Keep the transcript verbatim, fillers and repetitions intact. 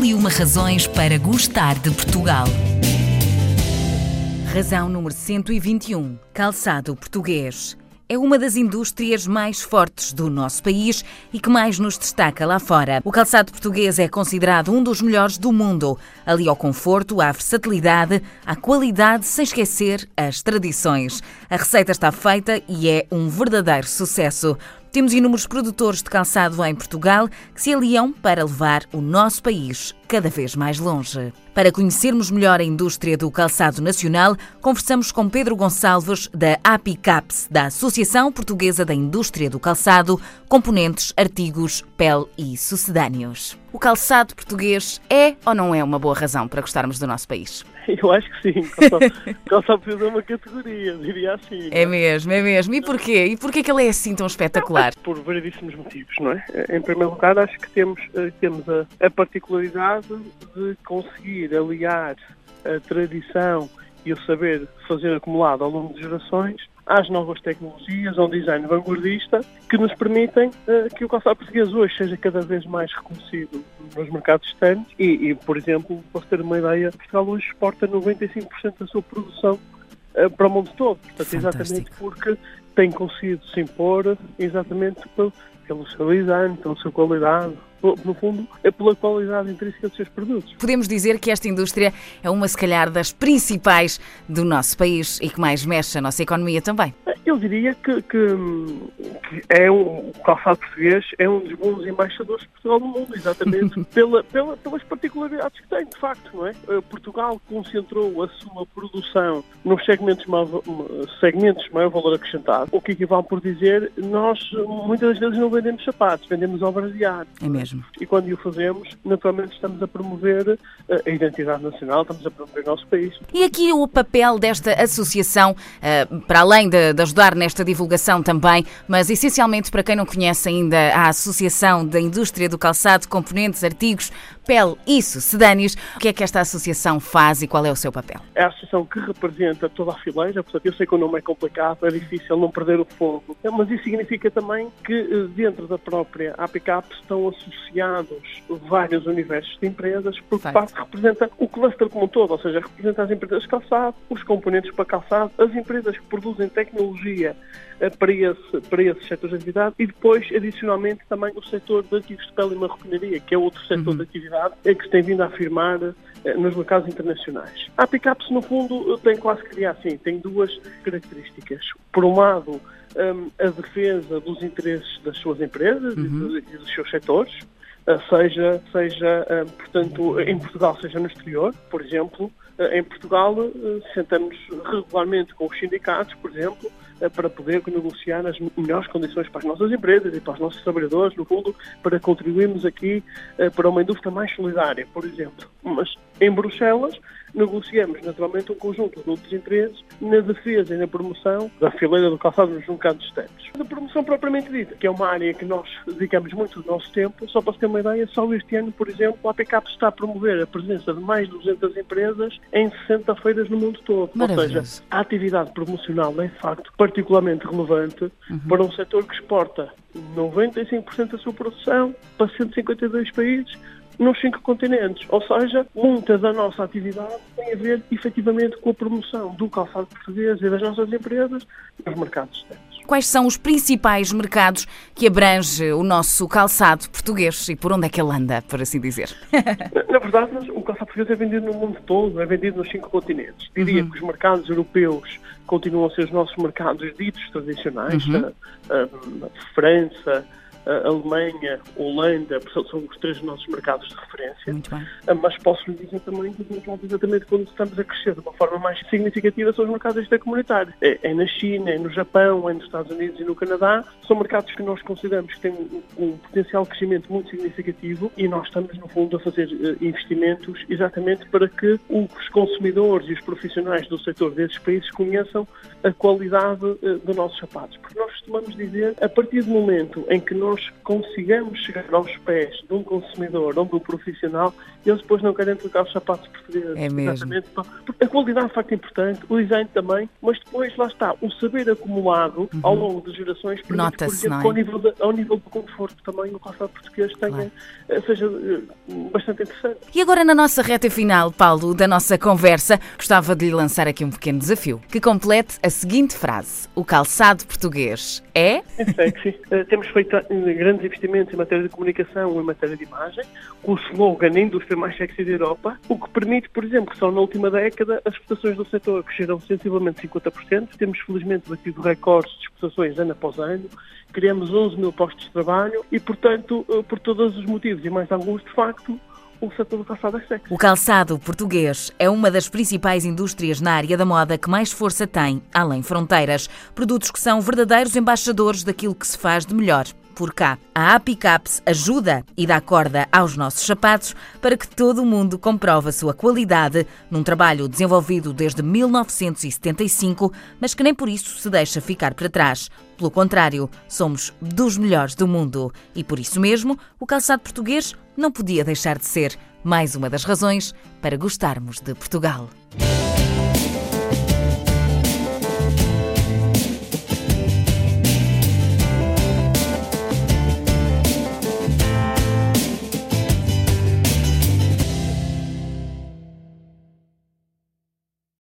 Mil e uma razões para gostar de Portugal. Razão número cento e vinte e um. Calçado português. É uma das indústrias mais fortes do nosso país e que mais nos destaca lá fora. O calçado português é considerado um dos melhores do mundo. Ali ao conforto, à versatilidade, à qualidade, sem esquecer as tradições. A receita está feita e é um verdadeiro sucesso. Temos inúmeros produtores de calçado em Portugal que se aliam para levar o nosso país cada vez mais longe. Para conhecermos melhor a indústria do calçado nacional, conversamos com Pedro Gonçalves, da APICAPS, da Associação Portuguesa da Indústria do Calçado, Componentes, Artigos, Pele e Sucedâneos. O calçado português é ou não é uma boa razão para gostarmos do nosso país? Eu acho que sim. Calçado, calçado português é uma categoria, diria assim. É mesmo, é mesmo. E porquê? E porquê que ele é assim tão espetacular? Por variedíssimos motivos, não é? Em primeiro lugar, acho que temos, temos a, a particularidade de conseguir aliar a tradição e o saber fazer acumulado ao longo de gerações às novas tecnologias, a um design vanguardista, que nos permitem uh, que o calçado português hoje seja cada vez mais reconhecido nos mercados externos e, e, por exemplo, posso ter uma ideia, Portugal hoje exporta noventa e cinco por cento da sua produção uh, para o mundo todo. Portanto, fantástico. Exatamente porque tem conseguido se impor exatamente pelo, pelo seu design, pela sua qualidade, no fundo, é pela qualidade intrínseca dos seus produtos. Podemos dizer que esta indústria é uma, se calhar, das principais do nosso país e que mais mexe a nossa economia também. Eu diria que, que, que é um, o calçado português é um dos bons embaixadores de Portugal no mundo, exatamente pela, pela, pelas particularidades que tem, de facto, não é? Portugal concentrou a sua produção nos segmentos maior, segmentos maior valor acrescentado, o que equivale por dizer, nós muitas vezes não vendemos sapatos, vendemos obras de arte. É mesmo. E quando o fazemos, naturalmente estamos a promover a identidade nacional, estamos a promover o nosso país. E aqui o papel desta associação, para além de, de ajudar nesta divulgação também, mas essencialmente para quem não conhece ainda a Associação da Indústria do Calçado, Componentes, Artigos, Pele e Sucedâneos, o que é que esta associação faz e qual é o seu papel? É a associação que representa toda a fileira, portanto eu sei que o nome é complicado, é difícil não perder o fogo, mas isso significa também que dentro da própria APICAPS estão associados vários universos de empresas, porque de facto representa o cluster como um todo, ou seja, representa as empresas de calçado, os componentes para calçado, as empresas que produzem tecnologia para, esse, para esses setores de atividade e depois, adicionalmente, também o setor de artigos de pele e marroquinaria, que é outro setor uhum. de atividade é que se tem vindo a afirmar eh, nos mercados internacionais. A APICAPS, no fundo, tem quase que dizer assim, tem duas características. Por um lado, um, a defesa dos interesses das suas empresas uhum. e, e dos seus setores, uh, seja, seja uh, portanto, em Portugal, seja no exterior, por exemplo. Uh, em Portugal, uh, sentamos regularmente com os sindicatos, por exemplo, para poder negociar as melhores condições para as nossas empresas e para os nossos trabalhadores, no fundo, para contribuirmos aqui uh, para uma indústria mais solidária, por exemplo. Mas em Bruxelas negociamos naturalmente um conjunto de outros interesses na defesa e na promoção da fileira do calçado nos mercados externos. A promoção propriamente dita, que é uma área que nós dedicamos muito do nosso tempo, só para se ter uma ideia, só este ano, por exemplo, a APICAPS está a promover a presença de mais de duzentas empresas em sessenta feiras no mundo todo. Ou seja, a atividade promocional é, de facto, particularmente relevante uhum. para um setor que exporta noventa e cinco por cento da sua produção para cento e cinquenta e dois países, nos cinco continentes. Ou seja, muita da nossa atividade tem a ver, efetivamente, com a promoção do calçado português e das nossas empresas nos mercados externos. Quais são os principais mercados que abrange o nosso calçado português e por onde é que ele anda, por assim dizer? Na, na verdade, o calçado português é vendido no mundo todo, é vendido nos cinco continentes. Diria uhum. que os mercados europeus continuam a ser os nossos mercados ditos tradicionais, uhum. a, a, a França, a Alemanha, Holanda, são os três nossos mercados de referência. Muito bem. Mas posso lhe dizer também que os mercados, exatamente quando estamos a crescer de uma forma mais significativa, são os mercados extracomunitários. É, é na China, é no Japão, é nos Estados Unidos e no Canadá. São mercados que nós consideramos que têm um, um potencial de crescimento muito significativo e nós estamos, no fundo, a fazer uh, investimentos exatamente para que os consumidores e os profissionais do setor desses países conheçam a qualidade uh, dos nossos sapatos. Porque nós costumamos dizer, a partir do momento em que nós nós consigamos chegar aos pés de um consumidor ou de um profissional, eles depois não querem trocar os sapatos portugueses. É mesmo. Exatamente. Porque a qualidade, de facto, é importante, o design também, mas depois, lá está, o saber acumulado uhum. ao longo de gerações, permite, Nota-se, por exemplo, não é? que ao nível, de, ao nível do conforto também o calçado português tenha, claro. seja bastante interessante. E agora, na nossa reta final, Paulo, da nossa conversa, gostava de lhe lançar aqui um pequeno desafio, que complete a seguinte frase: o calçado português é... É sexy. Uh, temos feito grandes investimentos em matéria de comunicação e em matéria de imagem, com o slogan a indústria mais sexy da Europa, o que permite, por exemplo, que só na última década as exportações do setor cresceram sensivelmente cinquenta por cento. Temos, felizmente, batido recordes de exportações ano após ano. Criamos onze mil postos de trabalho e, portanto, uh, por todos os motivos e mais alguns, de facto, o setor do calçado é sexy. O calçado português é uma das principais indústrias na área da moda que mais força tem, além fronteiras. Produtos que são verdadeiros embaixadores daquilo que se faz de melhor por cá. A Apicaps ajuda e dá corda aos nossos sapatos para que todo o mundo comprove a sua qualidade num trabalho desenvolvido desde mil novecentos e setenta e cinco, mas que nem por isso se deixa ficar para trás. Pelo contrário, somos dos melhores do mundo e por isso mesmo o calçado português não podia deixar de ser mais uma das razões para gostarmos de Portugal.